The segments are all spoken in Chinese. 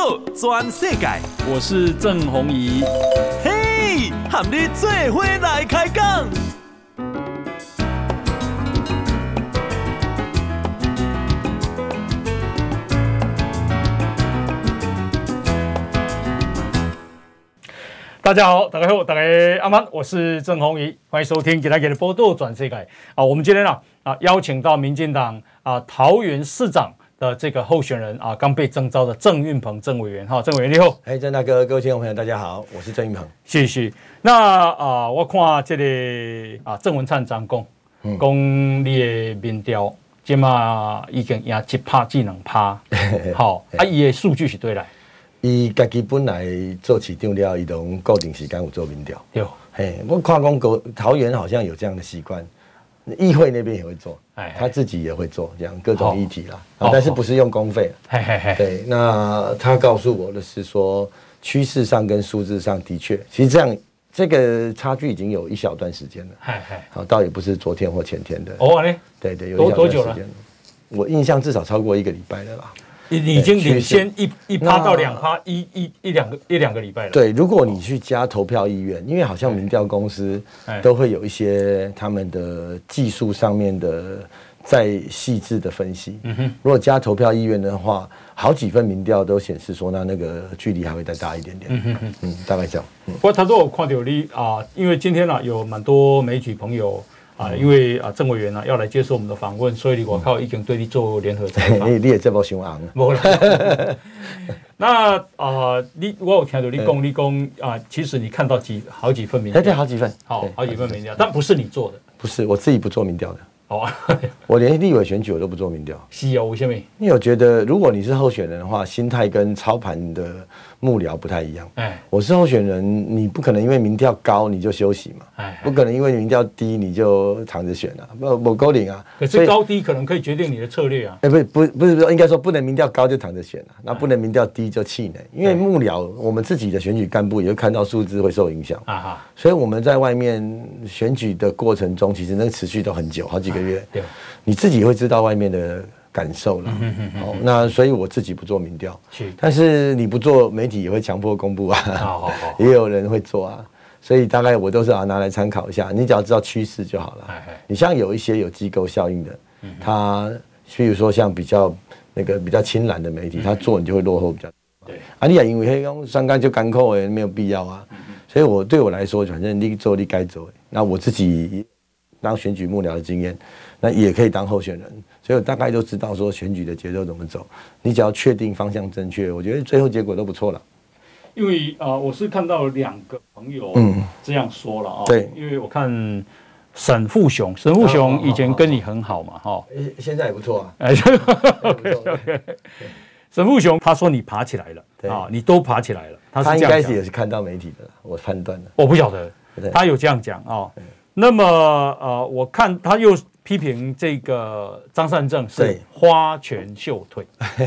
道全世界， 我是郑弘仪。 嘿，和你做伙来开讲。 大家好，大家好，大家阿曼，我是郑弘仪，欢迎收听今天的报道转世界啊。我们今天邀请到民进党桃园市长的这个候选人刚被征召的郑运鹏郑委员哈，郑委员你好。 郑大哥，各位听众朋友，大家好，我是郑运鹏。 谢谢。那我看这个郑文灿长讲，讲你的民调，即马已经赢1%至2%，好伊的数据是对来。 伊家己本来做市长了，伊都固定时间有做民调。 有， 嘿，我看讲桃园好像有这样的习惯，议会那边也会做，他自己也会做这样各种议题啦，但是不是用公费。对，那他告诉我的是说，趋势上跟数字上的确，其实这个差距已经有一小段时间了。好，倒也不是昨天或前天的。 哦，呢？ 对，有一小段时间了。我印象至少超过1个礼拜了啦。 你已经领先1%到2%，一两个礼拜了。 对，如果你去加投票意愿，因为好像民调公司都会有一些他们的技术上面的再细致的分析。如果加投票意愿的话，好几份民调都显示说，那个距离还会再大一点点。大概这样。 不过他都有看到你因为今天有蛮多媒体朋友。因为郑委员要来接受我们的访问，所以我靠已经对你做联合采访。 你也这包伤红。 没啦。那我有听到你讲其实你看到好几份民调。 对，好几份。 好几份民调，但不是你做的。 不是，我自己不做民调的。 好我连立委选举我都不做民调。 是为什么？ 因为我觉得，如果你是候选人的话，心态跟操盘的幕僚不太一样。我是候选人，你不可能因为民调高你就休息嘛，不可能因为民调低你就躺着选啊，不够领啊。 可是高低可能可以决定你的策略啊。 不是，应该说不能民调高就躺着选啊，那不能民调低就气馁。因为幕僚，我们自己的选举干部也会看到数字会受影响所以我们在外面选举的过程中，其实那个持续都很久，好几个月。对，你自己会知道外面的感受了。那所以我自己不做民调，但是你不做，媒体也会强迫公布啊。也有人会做啊，所以大概我都是拿来参考一下。你只要知道趋势就好了。你像有一些有机构效应的，他譬如说像比较青蓝的媒体，他做你就会落后比较。对，你也因为三竿就干扣没有必要啊。所以对我来说，反正你做你该做。那我自己当选举幕僚的经验，那也可以当候选人，所以我大概都知道说选举的节奏怎么走。你只要确定方向正确，我觉得最后结果都不错了。 因为我是看到2个朋友这样说了对， 因为我看沈富雄以前跟你很好嘛现在也不错啊。 OK。沈富雄他说你爬起来了你都爬起来了， 他应该也是看到媒体的，我判断的。 我不晓得他有这样讲那么我看他又批评这个张善政是花拳绣腿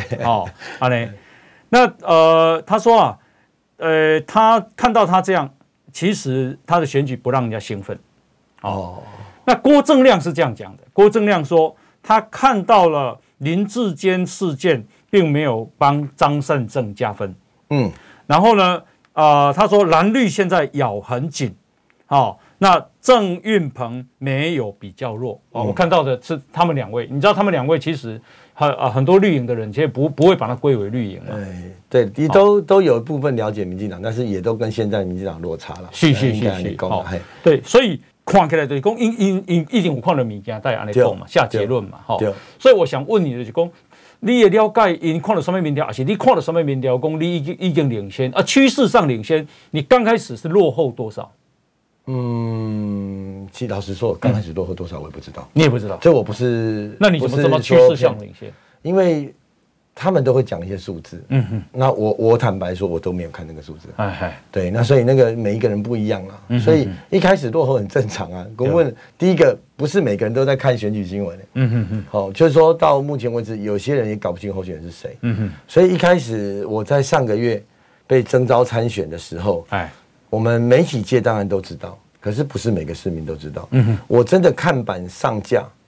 那他说他看到他这样，其实他的选举不让人家兴奋那郭正亮是这样讲的，郭正亮说他看到了林智坚事件并没有帮张善政加分然后呢他说蓝绿现在咬很紧那郑运鹏没有比较弱我看到的是他们2位，你知道他们2位其实很多绿营的人其实不会把它归为绿营对，你都有一部分了解民进党，但是也都跟现在民进党落差了。 是对，所以看起来就是说一定有看到物件在这样讲嘛，下结论嘛所以我想问你的就是说，你也了解因看了什么民调，还是你看了什么民调讲你已经领先趋势上领先，你刚开始是落后多少？ 其实老实说，刚开始落后多少我也不知道。 你也不知道？ 这我不是。 那你怎么趋势上领先？ 因为他们都会讲一些数字。那我坦白说，我都没有看那个数字。对，那所以每一个人不一样所以一开始落后很正常啊。公问第一个不是每个人都在看选举新闻就是说到目前为止，有些人也搞不清候选人是谁。所以一开始我在上个月被征召参选的时候，我们媒体界当然都知道，可是不是每个市民都知道。我真的看板上架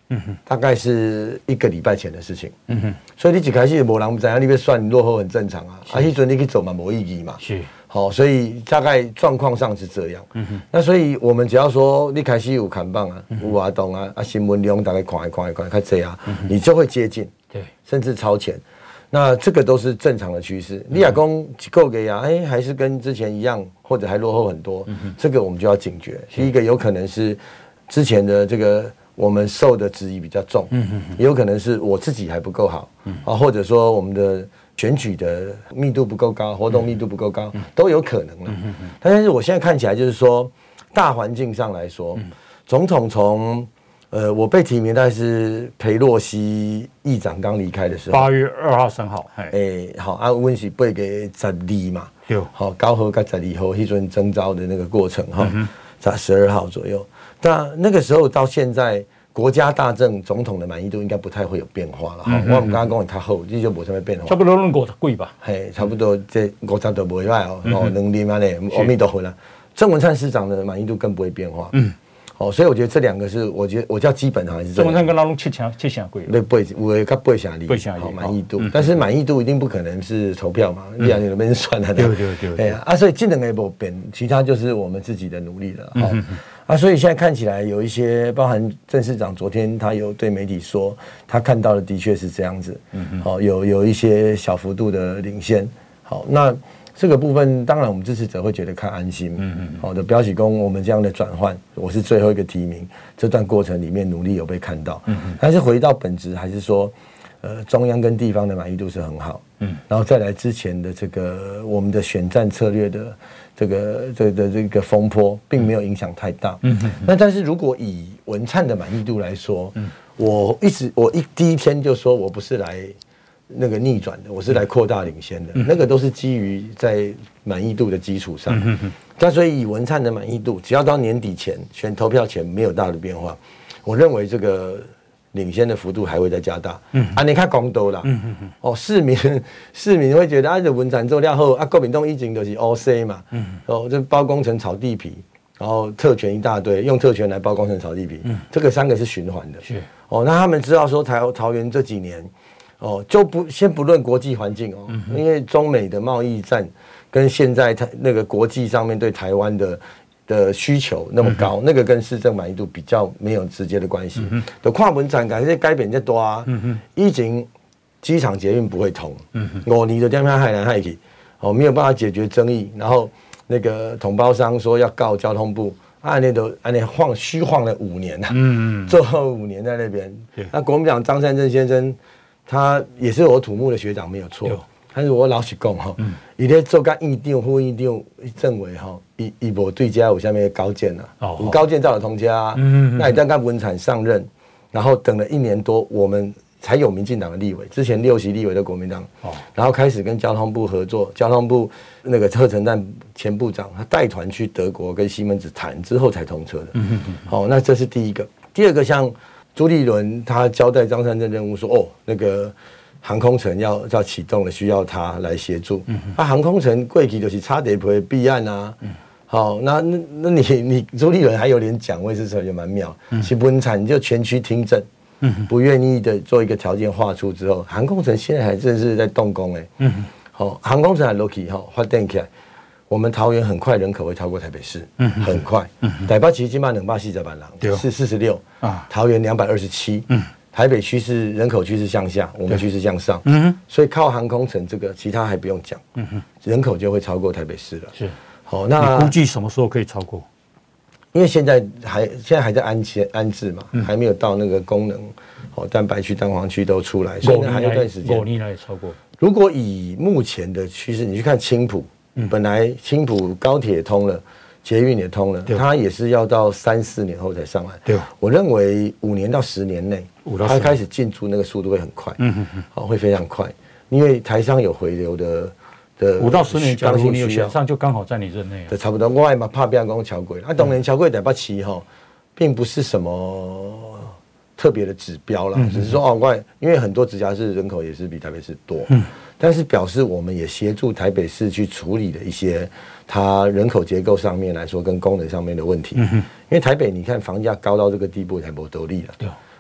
大概是1个礼拜前的事情。所以你一开始没人知道你要算你落后很正常啊。那时候你去走嘛没意义嘛。是。好，所以大概状况上是这样。那所以我们只要说你开始有看棒啊，有活动啊，新闻量大概看，看这样，你就会接近，对，甚至超前。那这个都是正常的趋势。你亚公够给呀，还是跟之前一样，或者还落后很多，这个我们就要警觉。第一个有可能是之前的这个我们受的质疑比较重，也有可能是我自己还不够好，或者说我们的选举的密度不够高，活动密度不够高，都有可能了。但是我现在看起来就是说，大环境上来说，总统从我被提名，大概是裴洛西议长刚离开的时候 ，8月2号、3号， 好，啊，阮是8月12嘛，好，9号跟12号迄阵征召的那个过程哈，在12号左右。那个时候到现在，国家大政总统的满意度应该不太会有变化了哈。我们刚刚讲的较好，这就没什么变化。 差不多弄50几吧， 差不多这50都不会坏哦，2年安尼，阿弥陀佛啦。郑文灿市长的满意度更不会变化。所以我觉得这2个是，我叫基本上还是郑文灿跟他拢7成几， 对，有的较8成里，好满意度，但是满意度一定不可能是投票嘛，你那边算了，对，所以这2个不变，其他就是我们自己的努力了，所以现在看起来有一些，包含郑市长昨天他有对媒体说，他看到的的确是这样子，有一些小幅度的领先，好，那这个部分当然我们支持者会觉得看安心，好的标喜公我们这样的转换，我是最后一个提名，这段过程里面努力有被看到，但是回到本质还是说，中央跟地方的满意度是很好，然后再来之前的这个我们的选战策略的这个风波，并没有影响太大，那但是如果以文灿的满意度来说，我第一天就说我不是来那个逆转的，我是来扩大领先的，那个都是基于在满意度的基础上。但所以以文灿的满意度，只要到年底前选投票前没有大的变化，我认为这个领先的幅度还会再加大。你看公道啦，市民会觉得这文灿做了后，国民党已经就是 OC 嘛，这包工程炒地皮，然后特权一大堆，用特权来包工程炒地皮，这个3个是循环的。那他们知道说桃园这几年。就先不论国际环境因为中美的贸易战跟现在那个国际上面对台湾的需求那么高，那个跟市政满意度比较没有直接的关系。的跨文展感觉改变在多啊，以前机场捷运不会通，5年就这样害来害去，没有办法解决争议，然后那个统包商说要告交通部。虚晃了5年最后5年在那边。那国民党张善政先生。他也是我土木的学长没有错，但是我老实讲他在做到议长、副议长、政委他没对家有下面的高见有高见照的通家那你刚刚文产上任，然后等了1年多，我们才有民进党的立委，之前6席立委的国民党，然后开始跟交通部合作，交通部那个贺成旦前部长他带团去德国跟西门子谈之后才通车的，那这是第一个。第二个像。朱立伦他交代张善政任务说，那个航空城要启动了，需要他来协助。航空城过去就是差点不会避案啊。好，那你朱立伦还有点讲位，是也蛮妙。其文产就全区听证，不愿意的做一个条件画出之后，航空城现在还正是在动工好，航空城还 lucky 发展起来。我们桃园很快人口会超过台北市，很快。台北其实起码240万人，是46桃园227，台北区是人口趋势向下，我们趋势向上，所以靠航空城这个，其他还不用讲，人口就会超过台北市了。是， 好，那你估计什么时候可以超过？ 因为现在还在安置嘛，还没有到那个功能，蛋白区、蛋黄区都出来，所以还有一段时间。 5年来超过。 如果以目前的趋势，你去看青埔。本来青埔高铁通了，捷运也通了，它也是要到3、4年后才上来。对，我认为5年到10年内，它开始进驻那个速度会很快，会非常快，因为台商有回流的 5到10年，假如你有选上，就刚好在你任内。 对，差不多。我也嘛怕不要讲桥轨，当然桥轨台北市并不是什么特别的指标啦，只是说因为很多直辖市人口也是比台北市多。但是表示我们也协助台北市去处理了一些它人口结构上面来说跟功能上面的问题。因为台北你看房价高到这个地步才没得力了。对。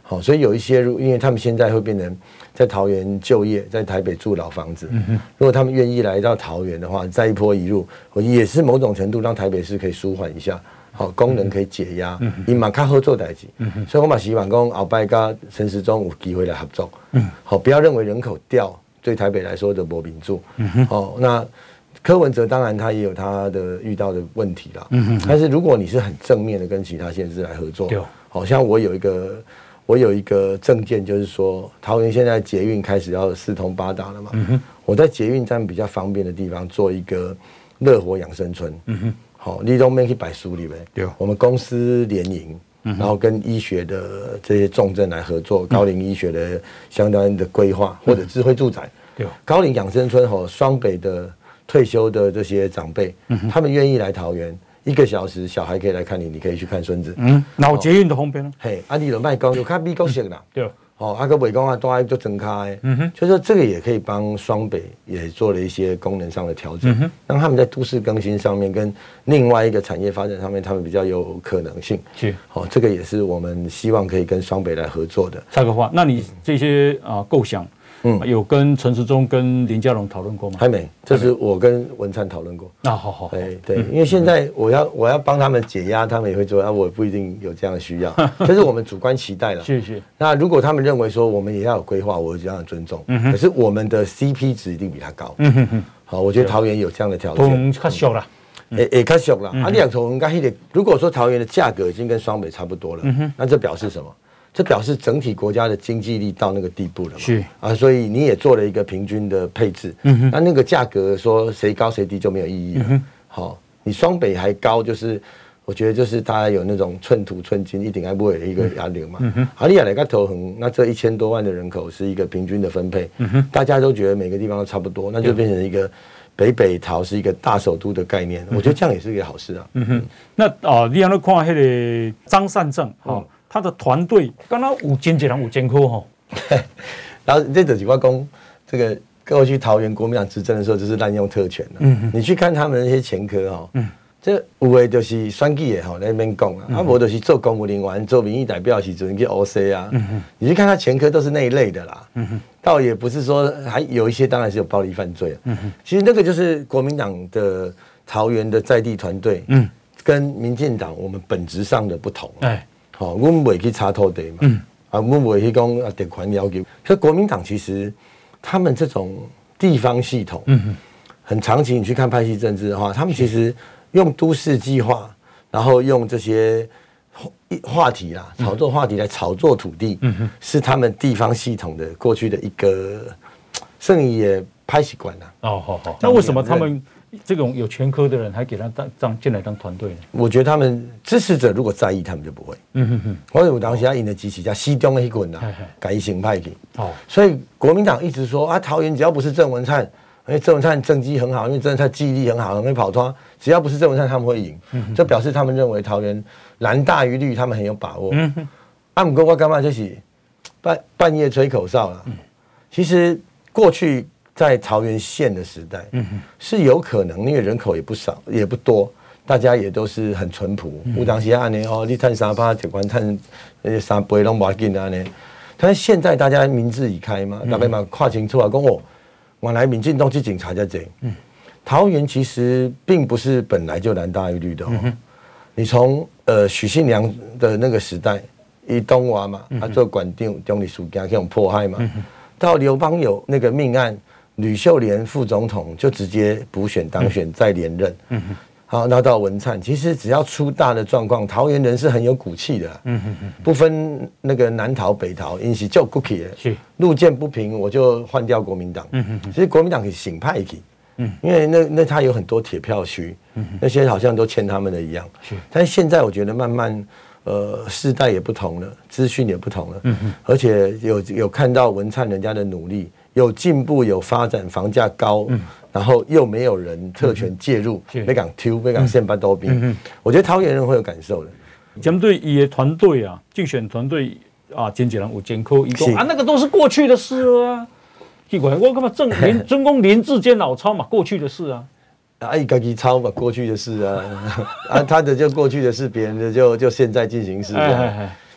好，所以有一些因为他们现在会变成在桃园就业，在台北住老房子。如果他们愿意来到桃园的话，再一波一路，也是某种程度让台北市可以舒缓一下。好，功能可以解压，伊嘛较好做代志，所以我嘛希望讲后摆跟陈时中有机会来合作。好，不要认为人口掉对台北来说的无民主。好，那柯文哲当然他也有他的遇到的问题啦。但是如果你是很正面的跟其他县市来合作，好像我有一个政见，就是说桃园现在捷运开始要4通8达了嘛。我在捷运站比较方便的地方做一个乐活养生村。好，你都没去摆书里面。我们公司联营，然后跟医学的这些重症来合作，高龄医学的相关的规划或者智慧住宅。高龄养生村和双北的退休的这些长辈，他们愿意来桃园1个小时，小孩可以来看你，你可以去看孙子。 老捷运的方便呢？ 嘿，你就卖讲就看美国式啦。对。哦，个袂讲啊，大就增开，所以说这个也可以帮双北也做了一些功能上的调整，让他们在都市更新上面跟另外一个产业发展上面，他们比较有可能性。是，好，这个也是我们希望可以跟双北来合作的。 插个话，那你这些构想，有跟陈时中跟林佳龙讨论过吗？ 还没，这是我跟文灿讨论过。 好， 对，因为现在我要帮他们解压，他们也会做，我不一定有这样的需要，这是我们主观期待了。是。那如果他们认为说我们也要有规划，我有这样的尊重。可是我们的 CP 值一定比他高。好，我觉得桃园有这样的条件。 较俗啦。 较俗啦。你两头如果说桃园的价格已经跟双北差不多了，那这表示什么？这表示整体国家的经济力到那个地步了嘛？是啊，所以你也做了一个平均的配置。那个价格说谁高谁低就没有意义了。好，你双北还高，就是我觉得就是大家有那种寸土寸金，一定还不会有一个压力嘛。你也来个头横，那这1000多万的人口是一个平均的分配，大家都觉得每个地方都差不多，那就变成一个北桃是一个大首都的概念。我觉得这样也是一个好事啊。 那你让他看那个张善政他的团队刚刚有真济人有艰苦吼， 然后这就是我讲这个过去桃园国民党执政的时候，就是滥用特权你去看他们那些前科这有的就是选举的在那边讲无就是做公务人员、做民意代表的时阵去 OC 啊。你去看他前科都是那一类的啦。倒也不是说还有一些当然是有暴力犯罪其实那个就是国民党的桃园的在地团队，跟民进党我们本质上的不同。好，我们不会去查土地嘛，我们不会去讲电款要求。可国民党其实他们这种地方系统，很长期你去看派系政治的话，他们其实用都市计划，然后用这些话题啦，炒作话题来炒作土地，是他们地方系统的过去的一个剩余也拍习惯啦。 好，那为什么他们这种有前科的人还给他进来当团队呢？ 我觉得他们支持者如果在意，他们就不会。我有当时他赢的机器叫西中的一棍改型派去。所以国民党一直说桃园只要不是郑文灿，因为郑文灿政绩很好，因为郑文灿记忆力很好，很会跑脱，只要不是郑文灿，他们会赢。这表示他们认为桃园蓝大于绿，他们很有把握。不过我干嘛就是半夜吹口哨啦。其实过去在桃园县的时代，是有可能，因为人口也不少，也不多，大家也都是很淳朴。有当时按呢你探3趴，结管探3杯拢无要紧安尼。但是现在大家民智已开嘛，大概嘛看清楚啊，讲原来民进党去警察在这。桃园其实并不是本来就蓝大于绿的你从许信良的那个时代，以东华嘛，做馆长，中立事件这种迫害嘛，到刘邦友那个命案。吕秀莲副总统就直接补选当选再连任，好，然后到文灿，其实只要出大的状况，桃园人是很有骨气的，不分那个南桃北桃，因是就 cookie 的，路见不平我就换掉国民党，其实国民党可以醒派去，因为那他有很多铁票区，那些好像都欠他们的一样，但是现在我觉得慢慢世代也不同了，资讯也不同了，而且有看到文灿人家的努力。有进步，有发展，房价高，然后又没有人特权介入，没敢挑，没敢先把刀兵。我觉得桃园人会有感受的。 针对伊的团队啊，竞选团队真济人有艰苦，伊讲那个都是过去的事啊。奇怪，我干嘛真公林志坚老抄嘛，过去的事啊。 伊自己抄嘛，过去的事啊。他的就过去的事，别人的就现在进行式。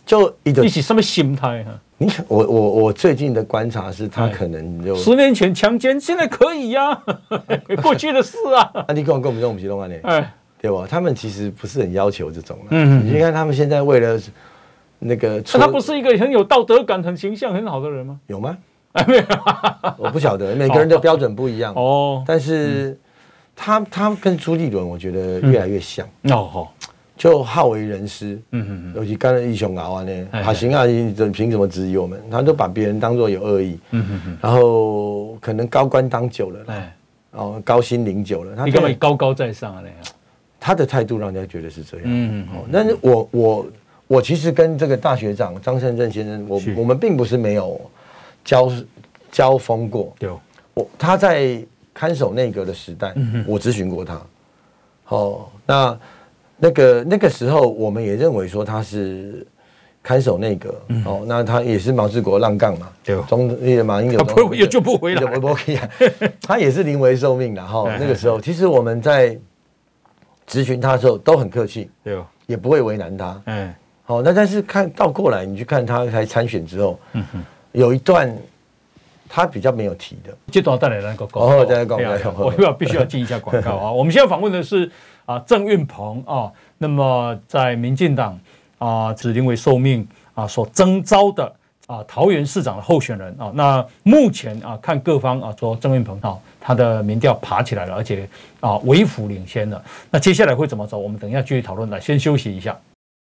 就一起什么心态哈？ 你我最近的观察是，他可能就 10年前强奸，现在可以呀，过去的事啊。 啊，你跟我们这种不是弄安呢？ 哎， 对吧？他们其实不是很要求这种你看他们现在为了那个， 他不是一个很有道德感、很形象很好的人吗？ 有吗？我不晓得，每个人的标准不一样哦。但是他跟朱立伦，我觉得越来越像哦。就好为人师，尤其干了义雄熬啊呢，他行啊，凭什么质疑我们？他都把别人当作有恶意，然后可能高官当久了，哦，高薪领久了， 你根本高高在上啊那样。 他的态度让人家觉得是这样，但是我其实跟这个大学长张胜正先生，我们并不是没有交锋过，对，他在看守内阁的时代，我咨询过他，哦，那个时候，我们也认为说他是看守内阁，哦，那他也是毛治国浪杠嘛，对，马英九也就不回来， 他也是临危受命的哈。那个时候，其实我们在咨询他的时候都很客气，对，也不会为难他，好，那但是看到过来，你去看他才参选之后，有一段他比较没有提的， 这段带来那个广告，我必须要进一下广告啊。我们现在访问的是郑运鹏啊，那么在民进党指定为受命所征召的桃园市长的候选人啊。那目前看各方说郑运鹏他的民调爬起来了，而且微幅领先了。那接下来会怎么走？我们等一下继续讨论。来，先休息一下。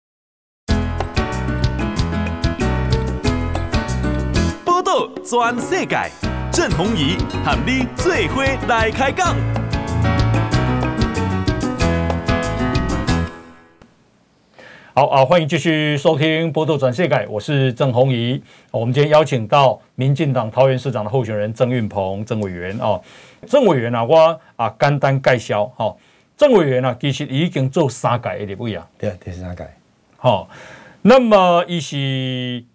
报道全世界，郑鸿仪和你做伙来开讲。 好欢迎继续收听《波多转世界》，我是郑鸿仪。我们今天邀请到民进党桃园市长的候选人郑运鹏郑委员郑委员我简单介绍郑委员其实已经做3届的立委对，第3届。 那么伊是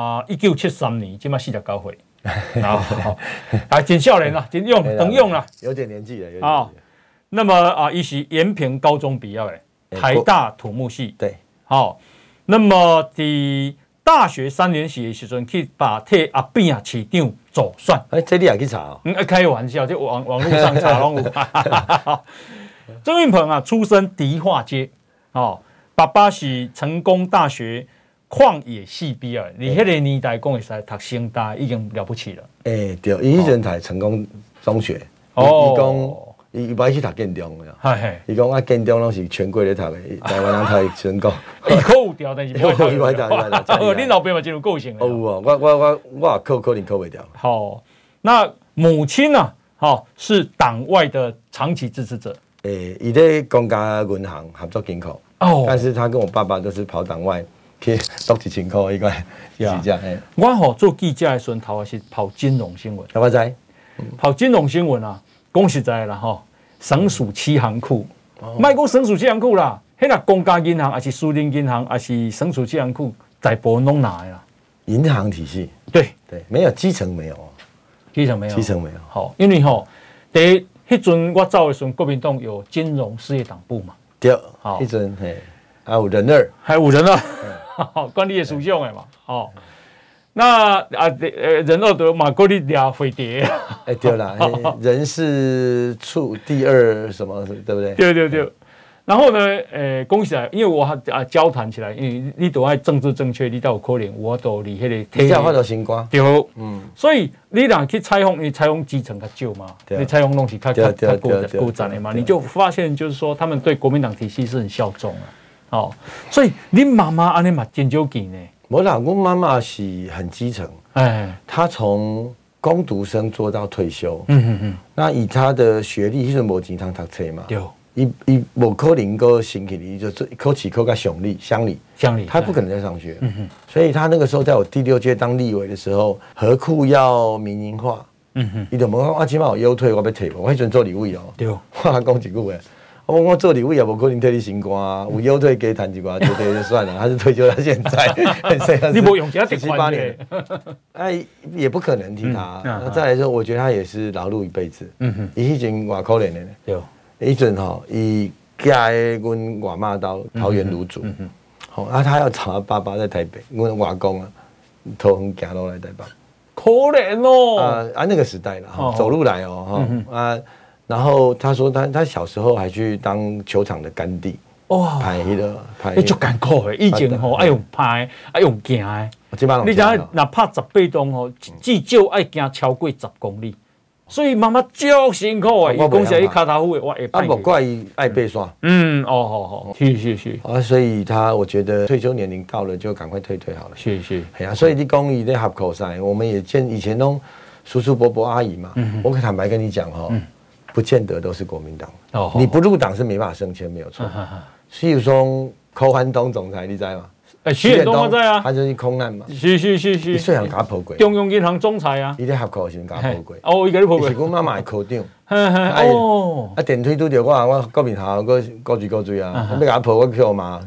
1973年，今嘛49岁，真少年啦，真勇，等勇啦， 有点年纪了， 那么伊是延平高中毕业的，台大土木系， 对。 那么在大学3年级的时候，去把替阿扁市长做选。 这你也去查开玩笑，这网络上查拢有。郑运鹏出身迪化街，爸爸是成功大学矿业系毕业，你那个年代讲会使读清大已经了不起了。 对，伊迄阵读成功中学，伊讲。伊不爱去读建中呀，伊讲建中拢是全国咧读的，台湾人读成功。 伊考有调，但是不会读。 恁老爸嘛真有个性。 有我可能考袂掉。 好，那母亲是党外的长期支持者。 伊在公家银行合作金库，但是他跟我爸爸都是跑党外去读1000块一个，是这样。 我做记者的时候，头是跑金融新闻。 我知， 跑金融新闻讲实在啦省属7行库，莫讲省属7行库啦，迄个公家银行还是私人银行，还是省属7行库，大部分拢拿的啦。 银行体系， 对， 没有基层没有， 基层没有。 好， 因为第一，迄阵我走的时候，国民党有金融事业党部嘛。 对，迄阵还有人二， 管理的属相的嘛。那人二的马国力俩飞碟， 对啦，人事处第2什么，对不对？ 对。然后呢，讲起来，因为我交谈起来，因为你都爱政治正确，你都有可能，我都离迄个比较发到星光， 对，所以你若去采访，因为采访基层较少嘛，你采访东西较固站的嘛，你就发现就是说，他们对国民党体系是很效忠所以你妈妈安尼嘛真少见呢。 我老公妈妈是很基层，她从工读生做到退休，那以她的学历，迄阵无钱通读册嘛，伊无可能够升起嚟，就考试考到乡里，她不可能再上学，所以她那个时候在我第6届当立委的时候，河库要民营化，伊就问我起码有优退，我要退无？我迄阵做立委我讲一句话。我做立委也不可能替你升官，有优退给谈几寡，对就算了，他是退休到现在， 你不用加 17-18年，也不可能替他。那再来说，我觉得他也是劳碌一辈子，伊迄阵偌可怜的呢，迄阵伊嫁阮外妈到桃园芦竹， 好，他要找他爸爸在台北，因为外公啊，头很行路来台北， 可怜哦。 那个时代了，走路来然后他说他小时候还去当球场的干弟，哇，排， 就艰苦的，以前吼爱用拍，爱用行的。你知影，若拍18洞吼，至少爱行超过10公里。所以妈妈足辛苦啊！伊讲是伊骹头虎的，我会拜。 不怪伊爱爬山。 好，是。 所以我觉得退休年龄到了，就赶快退好了。 是。 哎呀，所以你讲伊咧合口赛，我们也以前拢叔叔伯伯阿姨嘛。我可坦白跟你讲不见得都是国民党。你不入党是没办法升迁，没有错。譬如说柯环东总裁，你知吗？ 徐远东我知啊， 他就是空难嘛。 是。 伊虽然甲破过。 中央银行总裁啊。 伊咧合口时甲破过。 伊甲你破过。 是阮妈妈的科长。电梯拄着我国民头高嘴啊！要甲破我叫我妈。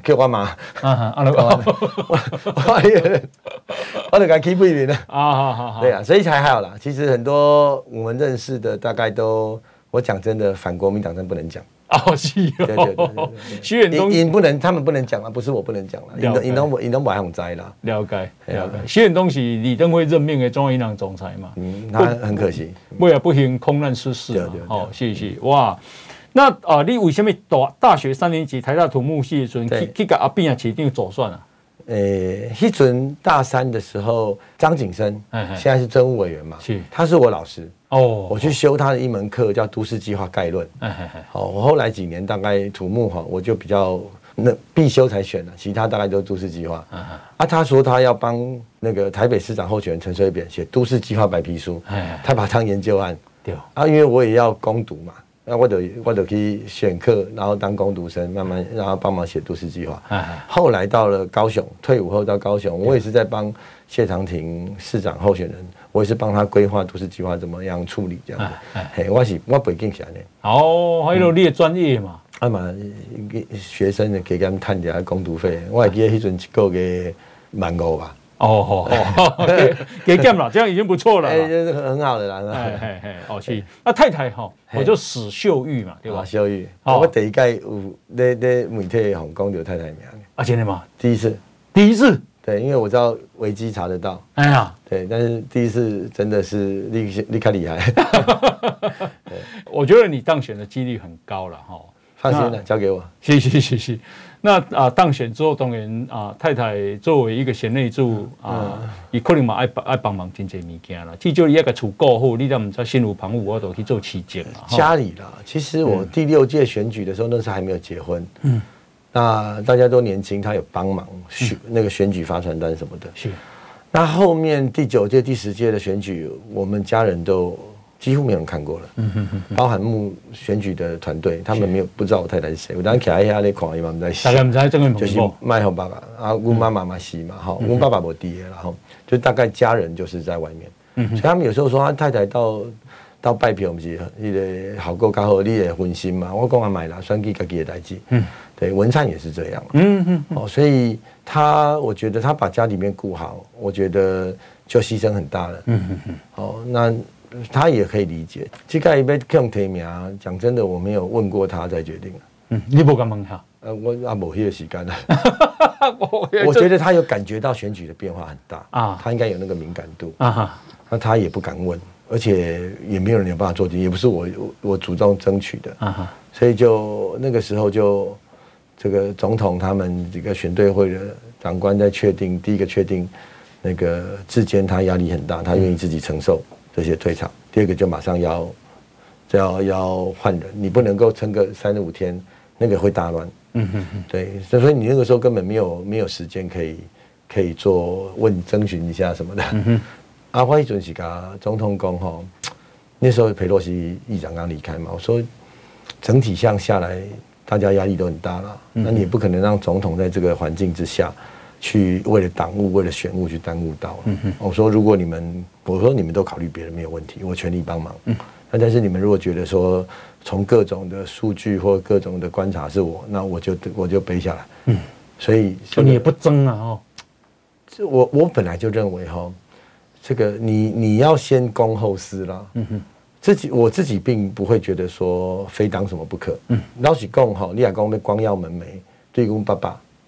我就甲起背面了。对啊，所以才还好啦。其实很多我们认识的，大概都，我讲真的，反国民党真不能讲。 是哦。 对。 徐远东不能，他们不能讲啊，不是我不能讲了。因都不用知啦。 了解。徐远东是李登辉任命的中央银行总裁嘛。 他很可惜。 为了不幸空难失事嘛。是。哇，那你为什么大学3年级台大土木系的时候去甲阿扁市长走算啊？ 迄阵大3的时候，张景生现在是政务委员嘛，他是我老师。我去修他的一门课叫《都市计划概论》。我后来几年大概土木我就比较必修才选了，其他大概都是都市计划。他说他要帮那个台北市长候选人陈水扁写都市计划白皮书，他把它当研究案。对。因为我也要攻读嘛。那我就去选课，然后当工读生，慢慢然后帮忙写都市计划。后来到了高雄，退伍后到高雄，我也是在帮谢长廷市长候选人，我也是帮他规划都市计划怎么样处理这样子。我背景是安尼。 还有你的专业嘛？ 学生给他们探一下工读费，我还记得迄阵1个月15000吧。 给减了，这样已经不错了。 就是很好的啦。 是。太太我就史秀玉嘛，对吧？ 秀玉，我第一届有在媒体上讲到太太名。 真的吗？ 第一次。对，因为我知道维基查得到。对，但是第一次真的是你较厉害。 我觉得你当选的几率很高了放心了，交给我。 是。那当选之后，当然太太作为一个贤内助伊可能嘛爱帮忙真侪物件啦。至少你一个厝顾好，你才唔知心无旁骛，我都去做市政啦。 家里啦，其实我第6届选举的时候，那时候还没有结婚。那大家都年轻，他有帮忙那个选举发传单什么的。是。那后面第9届、第10届的选举，我们家人都几乎没有人看过了，包含选举的团队，他们不知道我太太是谁。我当时徛喺遐咧看，伊嘛唔知。 大家唔知这个就是卖给爸爸我妈妈嘛是嘛我爸爸无伫的啦就大概家人就是在外面。所以他们有时候说他太太到拜票，不是那个效果较好，你会分心嘛？我讲啊，买啦，选举自己的代志。对，文灿也是这样。所以我觉得他把家里面顾好，我觉得就牺牲很大了。那。他也可以理解，这个要用提名，讲真的，我没有问过他再决定。 你不敢问他？ 我没那个时间了。我觉得他有感觉到选举的变化很大他应该有那个敏感度那他也不敢问，而且也没有人有办法做决定，也不是我主动争取的所以就那个时候就这个总统他们这个选对会的长官在确定，第一个确定那个志坚他压力很大，他愿意自己承受这些退场。第二个就马上要换人，你不能够撑个3、5天，那个会大乱。对，所以你那个时候根本没有时间可以做征询一下什么的。我那阵是跟总统讲那时候裴洛西议长刚离开嘛，我说整体下来大家压力都很大了，那你也不可能让总统在这个环境之下。去为了党务、为了选务去耽误到。我说如果你们都考虑别人没有问题，我全力帮忙。但是你们如果觉得说从各种的数据或各种的观察是我，那我就背下来。所以你也不争啊我本来就认为这个你要先公后私啦。我自己并不会觉得说非当什么不可。老实讲你也讲要光耀门楣，对我爸爸。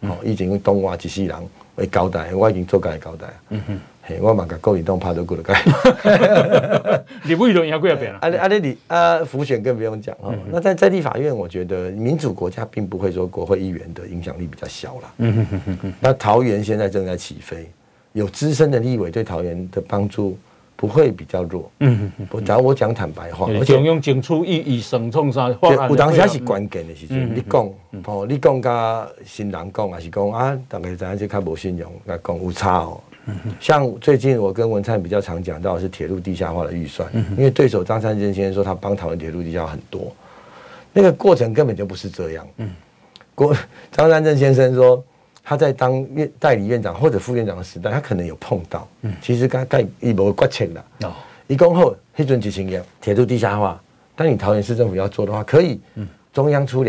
以前东华一世人为交代，我已经做该交代。我嘛甲国民党拍到过了该。 立委都赢几遍了。辅选更不用讲哈。那在立法院，我觉得民主国家并不会说国会议员的影响力比较小啦。那桃园现在正在起飞，有资深的立委对桃园的帮助不会比较弱。假如我讲坦白话， 而且用争取以省创啥， 有当时是关键的时阵，你讲你讲甲新人讲，还是讲啊，大家知影这较无信用，来讲有差哦。像最近我跟文灿比较常讲到的是铁路地下化的预算，因为对手张善政先生说他帮桃园铁路地下化很多，那个过程根本就不是这样。张善政先生说他在当代理院长或者副院长的时代，他可能有碰到，其实他伊无决策啦。伊讲好，迄阵执行业铁路地下化，当你桃园市政府要做的话，可以。中央出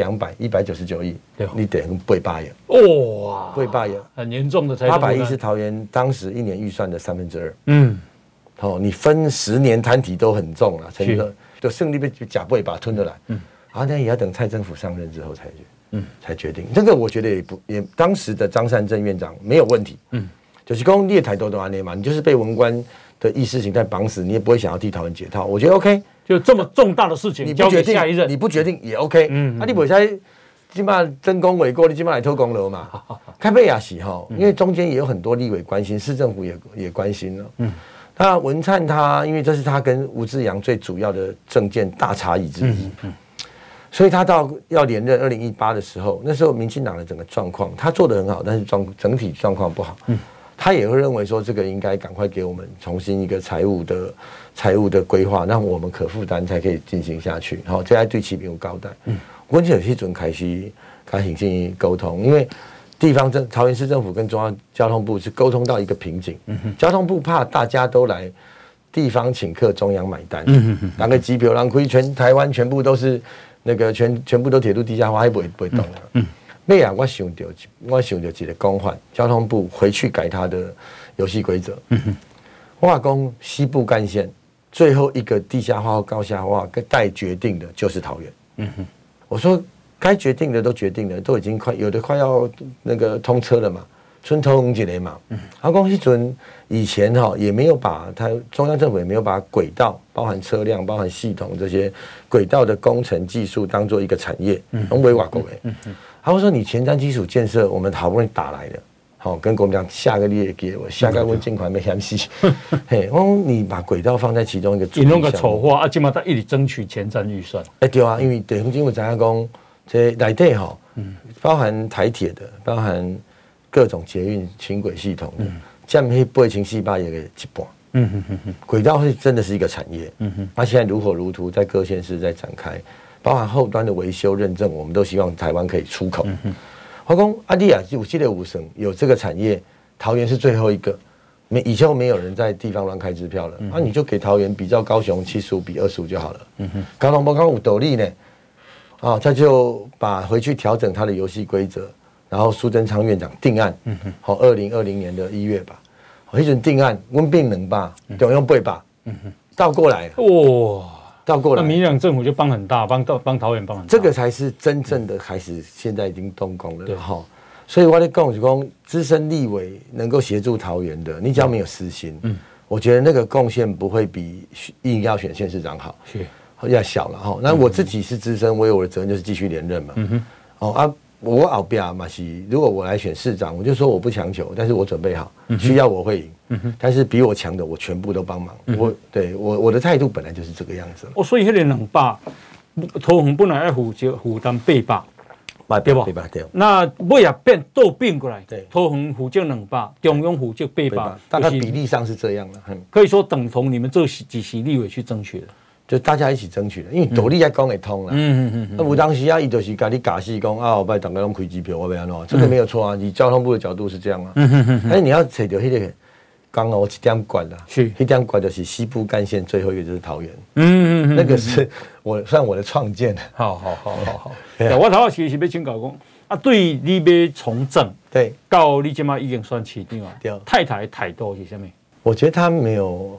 199亿，你得用800亿。哇，800亿， 很严重的财政负担。 800亿是桃园当时1年预算的2/3。你分10年摊提都很重了，真的，就胜利被假8把吞得来。然后那也要等蔡政府上任之后才决定。这个我觉得也当时的张善政院长没有问题。就是讲你的态度都安尼嘛，你就是被文官的意识形态绑死，你也不会想要替桃园解套。我觉得 OK。 就这么重大的事情， 你不决定，你不决定也 OK。你不才起码争功诿过，你起码来偷功劳嘛。开贝也是哈，因为中间也有很多立委关心，市政府也关心了。那文灿他，因为这是他跟吴志阳最主要的政见大差异之一。所以他到要连任2018的时候，那时候民进党的整个状况，他做得很好，但是整体状况不好。他也会认为说，这个应该赶快给我们重新一个财务的规划，让我们可负担才可以进行下去。好，这还对市民有交代。我们有些准开始进行沟通，因为地方桃园市政府跟中央交通部是沟通到一个瓶颈。交通部怕大家都来地方请客，中央买单。拿个机票让全台湾全部都是那个全部都铁路地下化，还不会动了。没啊，我想到一个公法，交通部回去改他的游戏规则。我讲西部干线最后一个地下化或高下化待决定的就是桃园。我说该决定的都决定了，都已经有的快要那个通车了嘛，春头一个嘛。阿公迄阵以前也没有把中央政府也没有把轨道包含车辆、包含系统这些轨道的工程技术当做一个产业，拢没挖过的。他会说：“你前瞻基础建设，我们好不容易打来了，跟国民党下个月给我，下个月尽快没嫌隙。嘿，我说你把轨道放在其中一个主力项目， 你弄个丑话啊，起码他一直争取前瞻预算。 对啊，因为地方政府怎样讲，这内底包含台铁的，包含各种捷运轻轨系统的，占迄8400亿的一半。轨道是真的是一个产业。它现在如火如荼，在各县市在展开。”包含后端的维修认证，我们都希望台湾可以出口。我讲阿弟啊，有这个五省有这个产业，桃园是最后一个，以后没有人在地方乱开支票了。你就给桃园比较高雄75比25就好了。高雄不刚有斗笠呢，他就把回去调整他的游戏规则，然后苏贞昌院长定案。2020年的1月吧，那阵定案，温病能吧，中央800，倒过来哇。倒过来， 那民进党政府就帮很大，帮桃园帮很大， 这个才是真正的开始，现在已经动工了哈。所以我在讲就是讲，资深立委能够协助桃园的，你只要没有私心，我觉得那个贡献不会比硬要选县市长好，要小了哈。那我自己是资深，我有我的责任就是继续连任嘛。我后边嘛是，如果我来选市长，我就说我不强求，但是我准备好，需要我会赢。但是比我强的，我全部都帮忙。我的态度本来就是这个样子。 所以迄个200，桃园本来要负担800，对不？ 对。 那尾也倒变过来，桃园负责200，中央负责800， 大概比例上是这样的。 可以说等同你们这几席立委去争取了。 就大家一起争取的，因为道理也讲得通啦。那有当时伊就是甲你假戏讲后摆大家拢开机票，我要安怎？这个没有错啊，以交通部的角度是这样啊。但是你要找到迄个刚好1点关啦，1点关就是西部干线最后一个就是桃园。那个是算我的创建。好。 我头其实要请教讲啊，对你要从政， 对， 到你即马已经选市长啊，太太的态度是啥物？ 我觉得他没有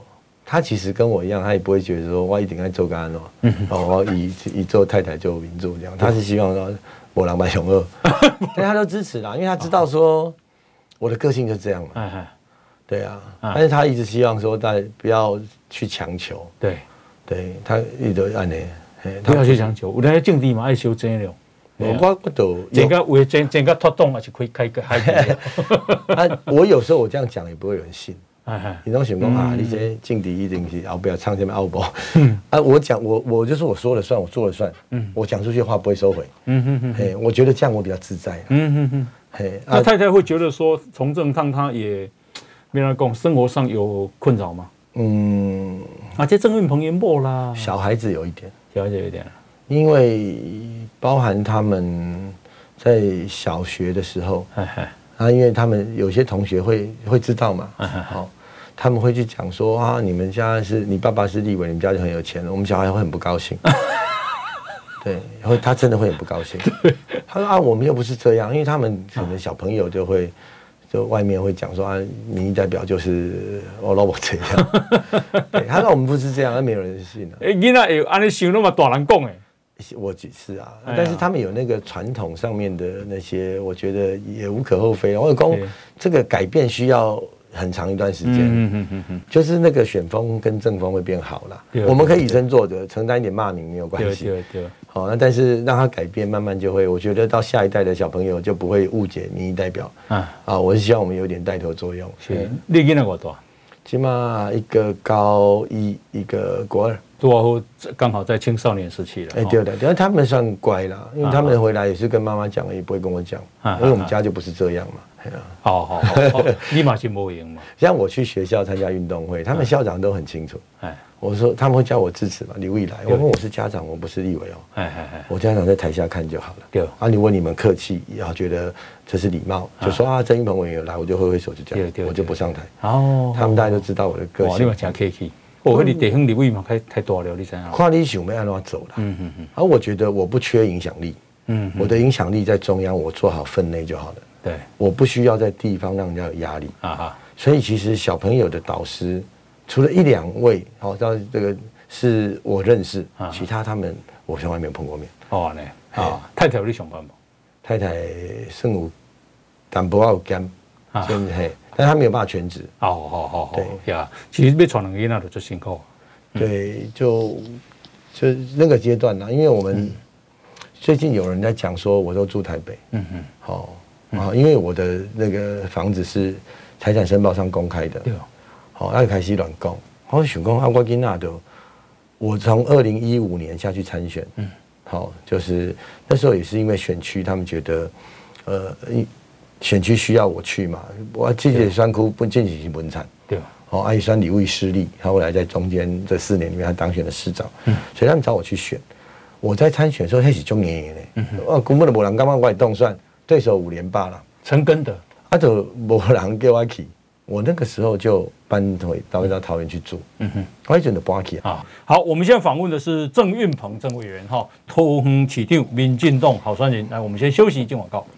他其实跟我一样，他也不会觉得说我一定要做干我以做太太就民主这样，他是希望说我狼狈雄恶，但他都支持啦，因为他知道说我的个性就这样嘛。对啊，但是他一直希望说大家不要去强求。对，他一直按呢， 不要去强求，有那些政治嘛爱修真了。 我都整个为整个拖动还是可以开个海底。 我有时候我这样讲也不会有人信。你都想讲啊，你这政敌一定是后边唱什么奥博？我讲我就是我说了算，我做了算。我讲出去的话不会收回。我觉得这样我比较自在。 那太太会觉得说从政党他也没人讲，生活上有困扰吗？这郑运鹏也没啦。 小孩子有一点， 因为包含他们在小学的时候。因为他们有些同学会知道嘛，他们会去讲说啊，你们家你爸爸是立委，你们家就很有钱了，我们小孩会很不高兴。对，他真的会很不高兴。他说啊，我们又不是这样，因为他们可能小朋友就外面会讲说啊，民意代表就是我老婆这样。对，他说我们不是这样，没有人信啊。 囡仔有安尼想那么大人讲我是啊，但是他们有那个传统上面的那些，我觉得也无可厚非。我讲这个改变需要很长一段时间，就是那个选风跟政风会变好啦。我们可以以身作则，承担一点骂名没有关系。好，那但是让他改变，慢慢就会，我觉得到下一代的小朋友就不会误解民意代表我是希望我们有点带头作用。 你囡仔多大？ 起码一个高一，一个国2。 刚好在青少年时期了。 对的，但他们算乖啦，因为他们回来也是跟妈妈讲，也不会跟我讲，因为我们家就不是这样嘛。 好，立马去摸赢嘛。 像我去学校参加运动会，他们校长都很清楚。我说他们会叫我支持嘛，李未来。我说我是家长，我不是立委哦。我家长在台下看就好了。对。如果你们客气，然后觉得这是礼貌，就说啊，郑运鹏委员来，我就挥挥手就这样，我就不上台。他们大家都知道我的个性。 你嘛真客气。你地方立委嘛太大了，你知道？ 看你想要安怎走啦。而我觉得我不缺影响力。我的影响力在中央，我做好分内就好了。对。我不需要在地方让人家有压力。所以其实小朋友的导师，除了1、2位，到这个是我认识，其他他们我从来没有碰过面。 太太有你上班吗？ 太太算有淡薄有兼，但他没有办法全职。 对呀，其实要传两个囡仔就最辛苦。 对，就那个阶段呢，因为我们最近有人在讲说，我都住台北。因为我的那个房子是财产申报上公开的。那开始乱讲，我想讲我囡仔都，我从2015年下去参选。就是那时候也是因为选区，他们觉得，选区需要我去嘛，我自己酸苦不进行文产，对，阿姨酸李卫失利，他后来在中间这4年里面，他当选了市长，所以他们找我去选。我在参选的时候，那是中年呢，根本就没人敢帮我动算，对手5连霸了， 陈根的， 就没人叫我去，我那个时候就搬回到桃园去住，我一准就搬去啊。 好，我们现在访问的是郑运鹏郑委员哈，桃园市长民进党候选人，来，我们先休息进广告。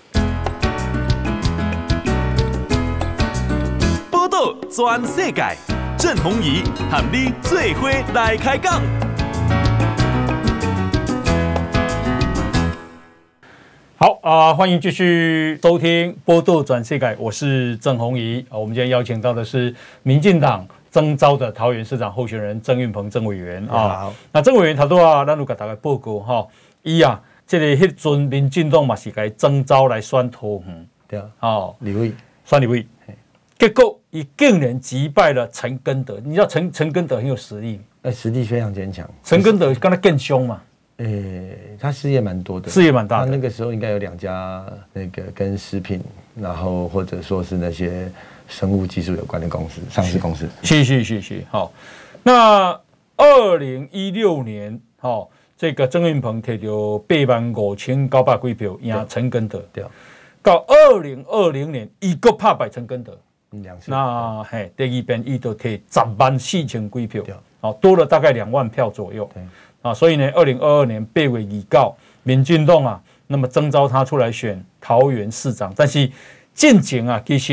全世界，郑鸿仪和你做伙来开讲。 好欢迎继续收听《波多转世界》，我是郑鸿仪我们今天邀请到的是民进党征召的桃园市长候选人郑运鹏郑委员那郑委员他都咱有给大家报告这个迄阵民进党嘛是给征召来选桃园， 对立委选立委。结果，他竟然击败了陈根德。你知道陈根德很有实力， 实力非常坚强。 陈根德跟他更凶嘛？ 他事业蛮多的， 事业蛮大的。 他那个时候应该有2家那个跟食品，然后或者说是那些生物技术有关的公司，上市公司。 是。好，那2016年，这个郑运鹏摕到85900几票赢陈根德。对。到2020年，他又打败陈根德。那第2遍他就摕104000几票，多了大概2万票左右。所以呢，2022年8月29日，民进党那么征召他出来选桃园市长。但是进前其实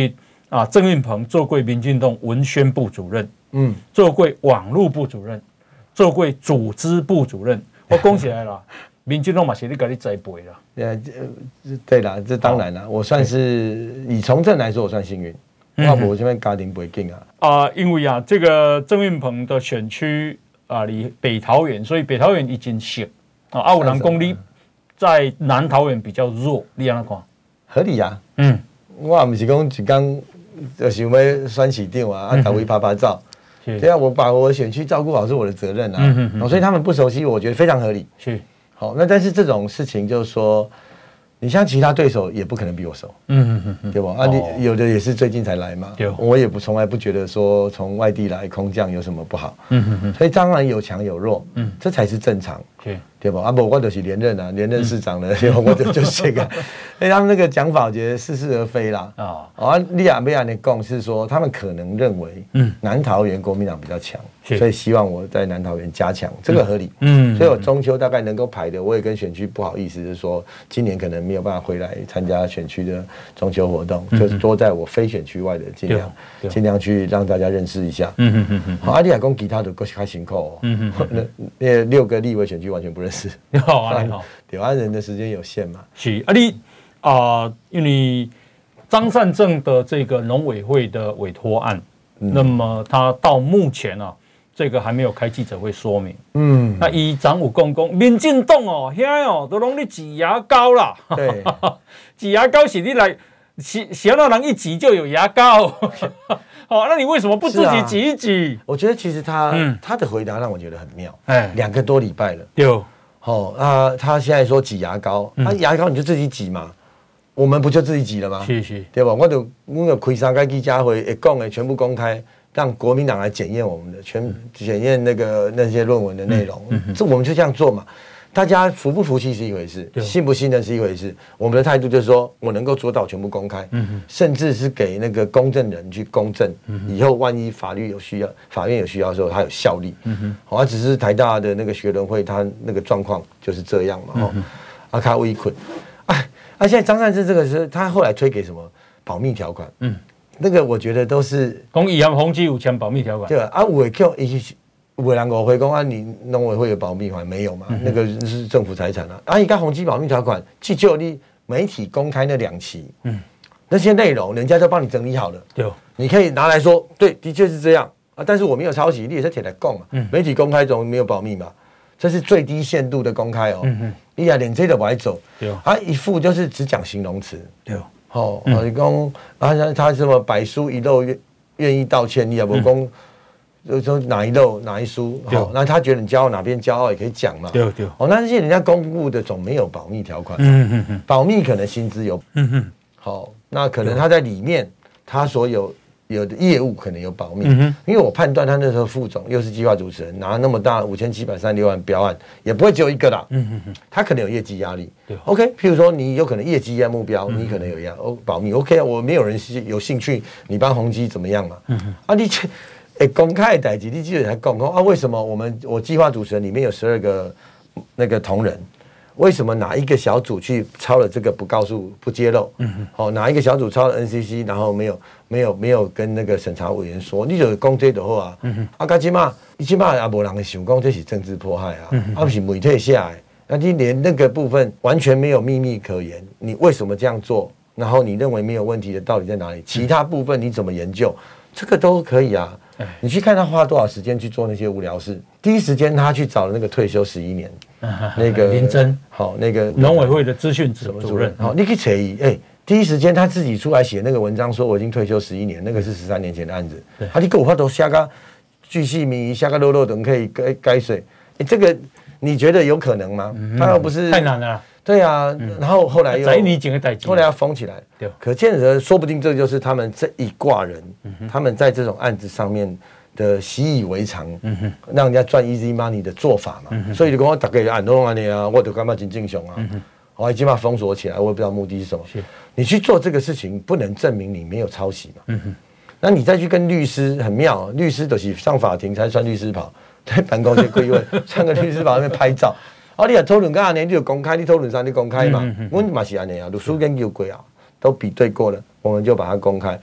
郑运鹏做过民进党文宣部主任，做过网络部主任，做过组织部主任。我讲起来了，民进党嘛是你给你栽培了。 对啦，这当然啦，我算是以从政来说，我算幸运。我这边家庭背景因为这个郑运鹏的选区离北桃园，所以北桃园已经熟有人讲你在南桃园比较弱，你安怎看？ 合理啊，我也不是讲一天就想要选市长大家拍拍照，对啊，我把我选区照顾好是我的责任啊，所以他们不熟悉，我觉得非常合理。 是， 好，那但是这种事情就是说。你像其他对手也不可能比我熟，对吧？你有的也是最近才来嘛，我也从来不觉得说从外地来空降有什么不好，所以当然有强有弱，这才是正常，对吧？不，我就是连任啊，连任市长了，我就是这个，所以他们那个讲法，我觉得似是而非啦。利亚贝亚的共是说，他们可能认为，南桃园国民党比较强，所以希望我在南桃园加强，这个合理。所以我中秋大概能够排的，我也跟选区不好意思，就是说今年可能没有办法回来参加选区的中秋活动，就是多在我非选区外的尽量去让大家认识一下。好，利亚公其他的都是较辛苦哦。那6个立委选区完全不认识。对啊，人的时间有限嘛。 是因为张善政的这个农委会的委托案，那么他到目前这个还没有开记者会说明。那以长有讲，民进党遐都拢咧挤牙膏啦。对，挤牙膏是你来，想到人一挤就有牙膏。那你为什么不自己挤一挤？ 我觉得其实他的回答让我觉得很妙。2个多礼拜了。 对。 他现在说挤牙膏，牙膏你就自己挤嘛，我们不就自己挤了吗？ 是，对吧？我就开3个记者会，讲的全部公开，让国民党来检验我们的，检验那些论文的内容。这我们就这样做嘛。大家服不服气是一回事，信不信任是一回事。我们的态度就是说，我能够做到全部公开，甚至是给那个公证人去公证，以后万一法院有需要的时候，它有效力。好，只是台大的那个学伦会，它那个状况就是这样嘛。卡威困，现在张善政这个是他后来推给什么保密条款？那个我觉得都是公益和宏基有签保密条款。 对啊，我有人误会讲你农委会有保密款没有嘛？那个是政府财产啊。你看宏基保密条款，既就你媒体公开那2期，那些内容人家都帮你整理好了，对，你可以拿来说，对，的确是这样啊。但是我没有抄袭，你也是铁来供嘛。媒体公开总没有保密嘛，这是最低限度的公开哦。你连这都不爱走，一副就是只讲形容词，对，你讲他什么百书一漏愿意道歉，你也不讲。就说哪一漏哪一疏，那他觉得你骄傲哪边骄傲也可以讲嘛。对，那这些人家公布的总没有保密条款。保密可能薪资有。好，那可能他在里面他所有的业务可能有保密。因为我判断他那时候副总又是计划主持人，拿那么大5736万标案，也不会只有一个啦。他可能有业绩压力。OK， 譬如说你有可能业绩目标，你可能有保密。OK， 我没有人有兴趣，你帮宏基怎么样嘛？你公开的代志，你记者才讲为什么我计划主持人里面有12个那个同仁，为什么哪一个小组去抄了这个不告诉不揭露？哪一个小组抄了 NCC， 然后没有跟那个审查委员说，你就讲这就好啊。到现在也没人会想讲这是政治迫害啊，不是媒体下来，那你连那个部分完全没有秘密可言，你为什么这样做？然后你认为没有问题的到底在哪里？其他部分你怎么研究？这个都可以啊。你去看他花多少时间去做那些无聊事。第一时间他去找了那个退休11年那个林真， 好，那个农委会的资讯主任。 好，你可以扯第一时间他自己出来写那个文章，说我已经退休11年，那个是13年前的案子。你跟我话都下个巨细靡遗，下个漏等可以改水。这个你觉得有可能吗？他又不是太难了。 对啊，然后后来又后来要封起来，可见得说不定这就是他们这一挂人，他们在这种案子上面的习以为常，让人家赚 easy money 的做法嘛。所以就跟我大概案都弄安尼啊，我就干嘛真正常啊，我已经把它封锁起来，我也不知道目的是什么。你去做这个事情，不能证明你没有抄袭嘛。那你再去跟律师很妙，律师都是上法庭才穿律师袍，在办公室柜位穿个律师袍那边拍照。你也讨论到安尼，你就公开，你讨论上你公开嘛。我们嘛是安尼啊，律师研究过啊，都比对过了，我们就把它公开。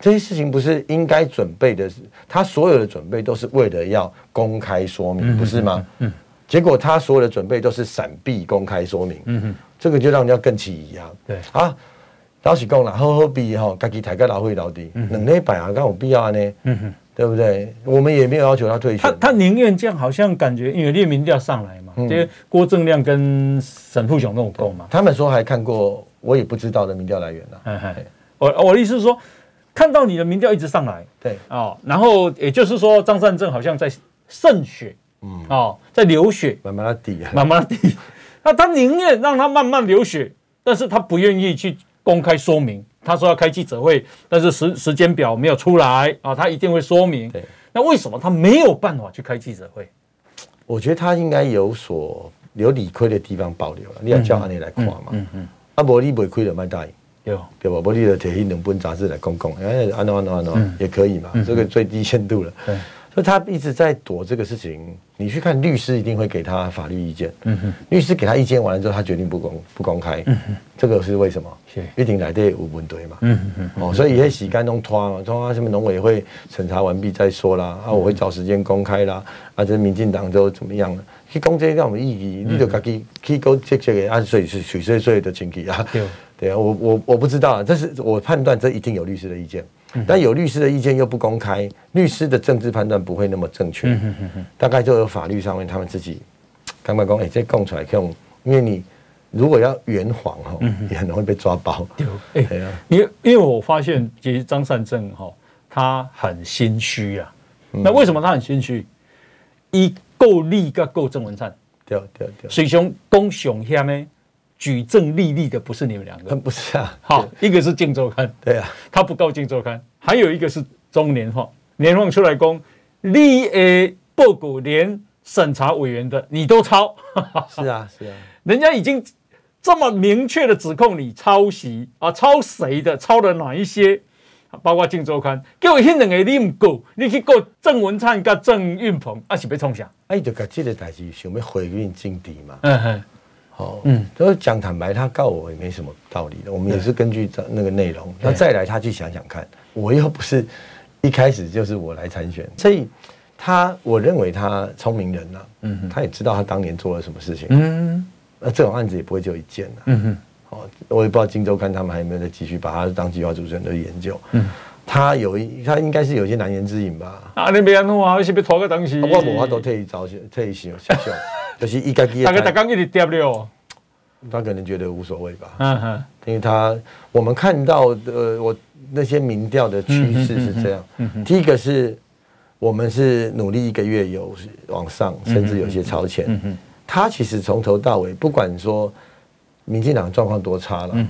这些事情不是应该准备的，他所有的准备都是为了要公开说明，不是吗？结果他所有的准备都是闪避公开说明，这个就让人家更起疑啊。对啊，老实讲啦，好比吼，自己抬个老会老低，2礼拜啊，刚有必要呢？对不对？我们也没有要求他退选， 他宁愿这样，好像感觉因为列民调上来嘛，这郭正亮跟沈富雄都有够嘛。 他们说还看过我也不知道的民调来源啦。 我的意思是说，看到你的民调一直上来， 对哦，然后也就是说，张善政好像在渗血，在流血， 慢慢的滴， 慢慢的滴。那他宁愿让他慢慢流血，但是他不愿意去公开说明。他说要开记者会，但是时间表没有出来啊，他一定会说明。那为什么他没有办法去开记者会？ 我觉得他应该有理亏的地方保留了，你要叫安尼来看嘛。啊，无你袂亏就卖答应，对吧？无你就摕迄2本杂志来讲，安怎也可以嘛，这个最低限度了。所以他一直在躲这个事情。你去看律师一定会给他法律意见，律师给他意见完了之后，他决定不公开，这个是为什么？一定来对有问题嘛，所以那时间都拖嘛，拖什么农委会审查完毕再说啦，啊，我会找时间公开啦，啊，这民进党都怎么样了？去讲这有什么意义？你就自己去搞这个啊，水的亲戚啊，对啊，我不知道，这是我判断，这一定有律师的意见。但有律师的意见又不公开，律师的政治判断不会那么正确，大概就有法律上面他们自己刚刚讲，这供出来用，因为你如果要圆谎也很容易被抓包。 因为我发现其实张善政他很心虚啊。那为什么他很心虚？以够力跟够郑文灿， 对， 水兄攻熊下面。举证立例的不是你们2个， 不是啊。 好，一个是《镜周刊》， 对啊， 他不告《镜周刊》，还有一个是中年晃，年晃出来讲，你报告连审查委员的你都抄， 是啊， 人家已经这么明确的指控你抄袭啊，抄谁的，抄了哪一些，包括《镜周刊》，结果那2个你不告，你去告郑文灿跟郑运鹏，是要创啥？ 伊就把这个代志想要回应政敌嘛。就是讲坦白，他告我也没什么道理的。我们也是根据那个内容，那再来他去想想看，我又不是一开始就是我来参选，所以我认为他聪明人呐，他也知道他当年做了什么事情，那这种案子也不会就一件呐，我也不知道《镜周刊》他们还有没有再继续把他当计划主持人的研究，他应该是有一些难言之隐吧。 啊，你别安弄啊，是被拖个东西。 我无法都替他想，就是一家己。 大家一直跌了。 他可能觉得无所谓吧。因为我们看到的我那些民调的趋势是这样。第一个是我们是努力1个月有往上，甚至有些超前。他其实从头到尾，不管说民进党状况多差了，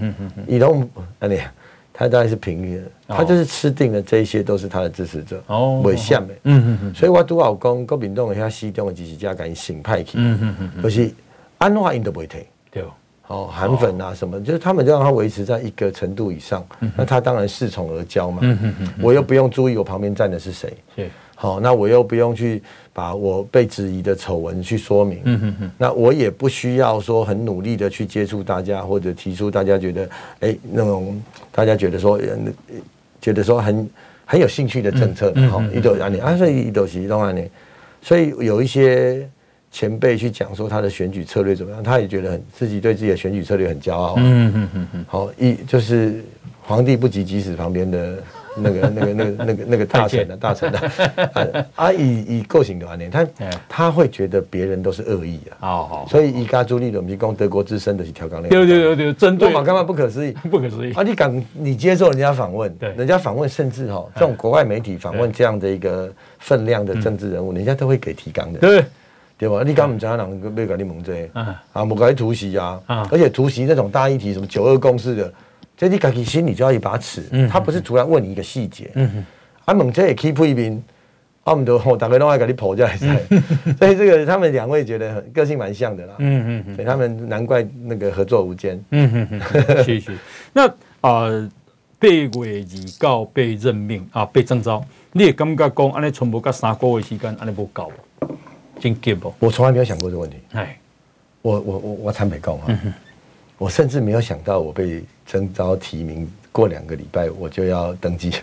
他大概是平的，他就是吃定了这一些都是他的支持者，袂像的，所以我拄好讲国民党的遐西中的支持者给伊审派去，就是安怎因都袂退，对，韩粉啊什么，就是他们就让他维持在一个程度以上，那他当然恃宠而骄嘛，我又不用注意我旁边站的是谁，好，那我又不用去把我被质疑的丑闻去说明，那我也不需要说很努力的去接触大家，或者提出大家觉得那种大家觉得说很有兴趣的政策，一都安尼啊，所以一都是都安尼，所以有一些前辈去讲说他的选举策略怎么样，他也觉得自己对自己的选举策略很骄傲，好，就是皇帝不急急死旁边的。那个大臣的以个性的话呢，他会觉得别人都是恶意啊，所以以家朱立伦提供德国之声的是调岗那个， 对，针对干嘛不可思议啊！你接受人家访问，人家访问甚至这种国外媒体访问这样的一个分量的政治人物，人家都会给提纲的，对吧？你敢不知道人要给你蒙这不给你突袭啊，而且突袭那种大议题，什么9·2共识的。所以你自己心里就要一把尺，他不是突然问你一个细节，问这也可以批评，我们都大家都爱给你剖下来，所以这个他们2位觉得个性蛮像的啦，所以他们难怪那个合作无间， 谢谢。那8月2告被任命被征召，你也感觉讲安尼全部到3个月时间，安尼不够，真急不？ 我从来没有想过这个问题，我坦白讲我甚至没有想到我被征召提名过2个礼拜我就要登记。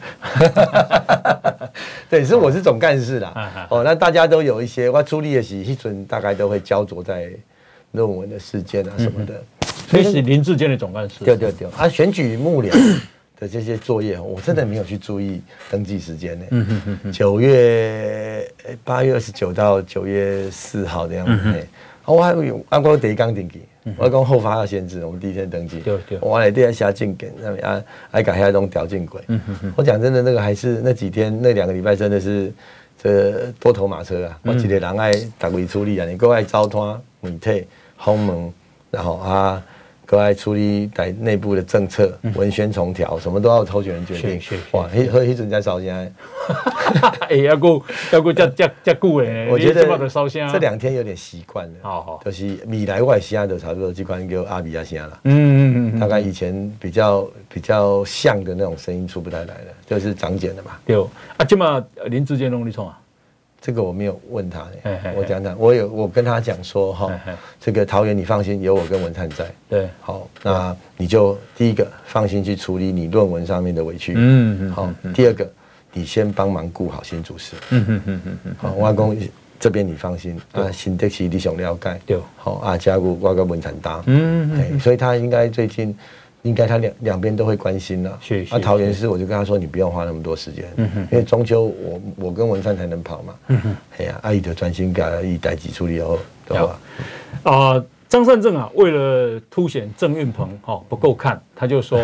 对，是我是总干事啦。那大家都有一些我处理的时阵，大概都会焦灼在论文的事件啊什么的。 所以是林志坚的总干事。 对。选举幕僚的这些作业，我真的没有去注意登记时间呢。8月29到9月4号这样子。我还有按我第一天登记，我讲后发要限制，我们第一天登记。对。我来第二下证件，那么爱改下种条件轨。我讲真的，那个还是那几天那2个礼拜真的是这多头马车啊！我一个人爱逐位处理啊，你各爱招摊、媒体、访问，然后各爱处理在内部的政策、文宣重调，什么都要候选人决定。哇，迄阵在烧声。 哎，要顾这久诶， 我觉得这2天有点习惯了。好，就是未来我的声就差不多这款叫阿比亚声了。大概以前比较像的那种声音出不太来了，就是长茧的嘛。 对啊，这么林志坚弄你创啊？ 这个我没有问他，我讲，我跟他讲说这个桃园你放心，有我跟文灿在。对，好，那你就第一个放心去处理你论文上面的委屈。好，第二个你先帮忙顾好新竹市。好，我讲这边你放心啊，新竹市你上了解。对，好加入我跟文灿搭。所以他应该最近。应该他两边都会关心啦。桃园市我就跟他说，你不用花那么多时间，因为中秋我跟文灿才能跑嘛。哎呀，阿姨的专心改以代际处理后，对吧？ 张善政啊，为了凸显郑运鹏不够看，他就说，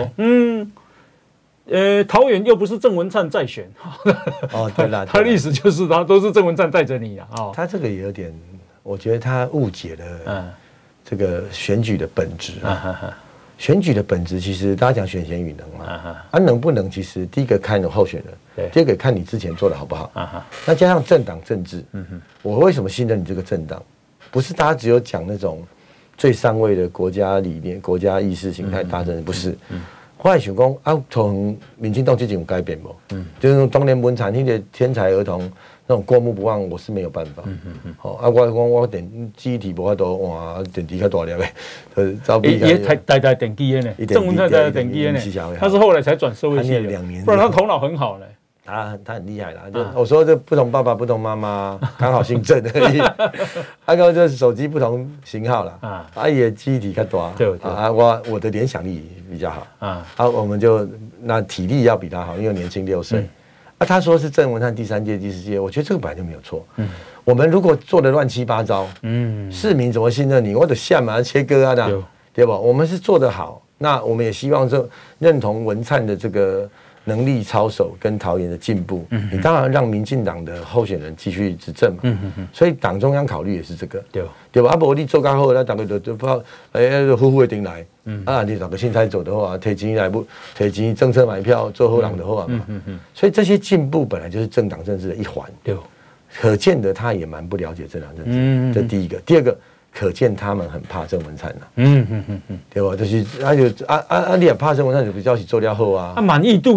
桃园又不是郑文灿在选。 对啦， 他的意思就是他都是郑文灿带着你啊。 他这个也有点，我觉得他误解了这个选举的本质啊。选举的本质其实大家讲选贤与能嘛，能不能其实第一个看你候选人，第二个看你之前做的好不好，那加上政党政治，我为什么信任你这个政党？不是大家只有讲那种最上位的国家理念、国家意识形态大政，不是。后来想讲从民进党最近有改变不？就是当年文产那个天才儿童那种过目不忘，我是没有办法。我记忆体无法度哇，电池较大粒的，招比也代电机的呢，郑文灿代电机的呢，他是后来才转社会系的，不然他头脑很好呢。 他很厉害啦，我说这不同爸爸不同妈妈，刚好姓郑而已。刚刚就是手机不同型号啦，也记忆体较大，对我的联想力比较好我们就那体力要比他好，因为年轻6岁。他说是郑文灿第3届、第4届，我觉得这个本来就没有错。我们如果做的乱七八糟，市民怎么信任你？我得下马切割啊，对吧？我们是做得好，那我们也希望认同文灿的这个能力操守跟桃园的进步，你当然让民进党的候选人继续执政嘛。所以党中央考虑也是这个，对吧？不你做较好，那大家就不好，呼呼的进来。你哪个现在走的话，提钱来不提钱，政策买票做后浪的话嘛。所以这些进步本来就是政党政治的一环。对，可见的他也蛮不了解政党政治。这第一个，第二个。可见他们很怕郑文灿对吧？就是你也怕郑文灿，就比较是做了好啊。 满意度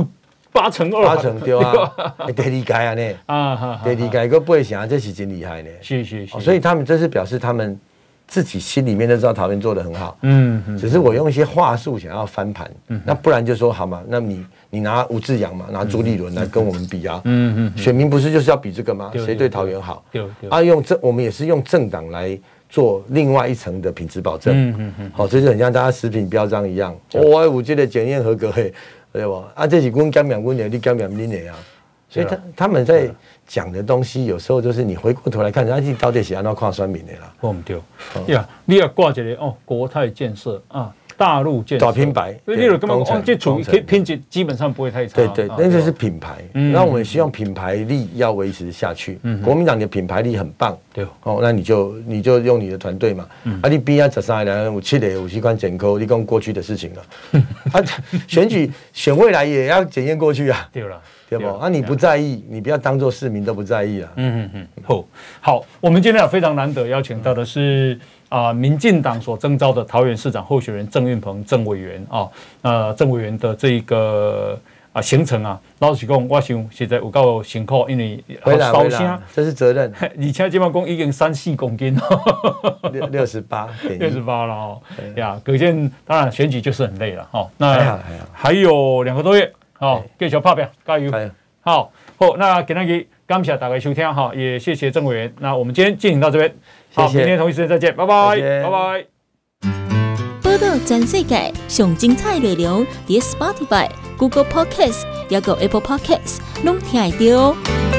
82% 对啊，第2届啊呢，第2届个8成，这是真厉害呢。 是， 所以他们这是表示他们自己心里面都知道桃园做得很好，只是我用一些话术想要翻盘，那不然就说好嘛，那你拿吴志阳嘛，拿朱立伦来跟我们比啊，选民不是就是要比这个吗？谁对桃园好？我们也是用政党来。做另外一层的品质保证，这就很像大家食品标章一样，我有这个检验合格的，对吧？这是阮检验阮的，你检验恁的啊。所以他们在讲的东西，有时候就是你回过头来看，他到底是按照看选民的啦。 我唔对呀，你要挂一个国泰建设啊。大陆建设大品牌， 例如根本这处品质基本上不会太差。 对，那就是品牌。那我们希望品牌力要维持下去。国民党的品牌力很棒，对那你就用你的团队嘛。你边啊13个人有7个有器官检扣，你讲过去的事情了。选举选未来也要检验过去啊。对了。对不？你不在意，你不要当做市民都不在意了。 好，我们今天非常难得邀请到的是民进党所征召的桃园市长候选人郑运鹏郑委员郑委员的这个行程啊，老实讲，我想实在有够辛苦，因为烧声， 这是责任。 而且这帮讲已经3-4公斤 68 了哦，呀，可见当然选举就是很累了哈。那还有2个多月，好，继续拍拼，加油！好，那今天感谢大家收听哈，也谢谢郑委员。那我们今天进行到这边，好，明天同一时间再见，拜拜，拜拜。 报道全世界上精彩内容，伫 Spotify、Google Podcasts， 还有 Apple Podcasts， 拢听得到。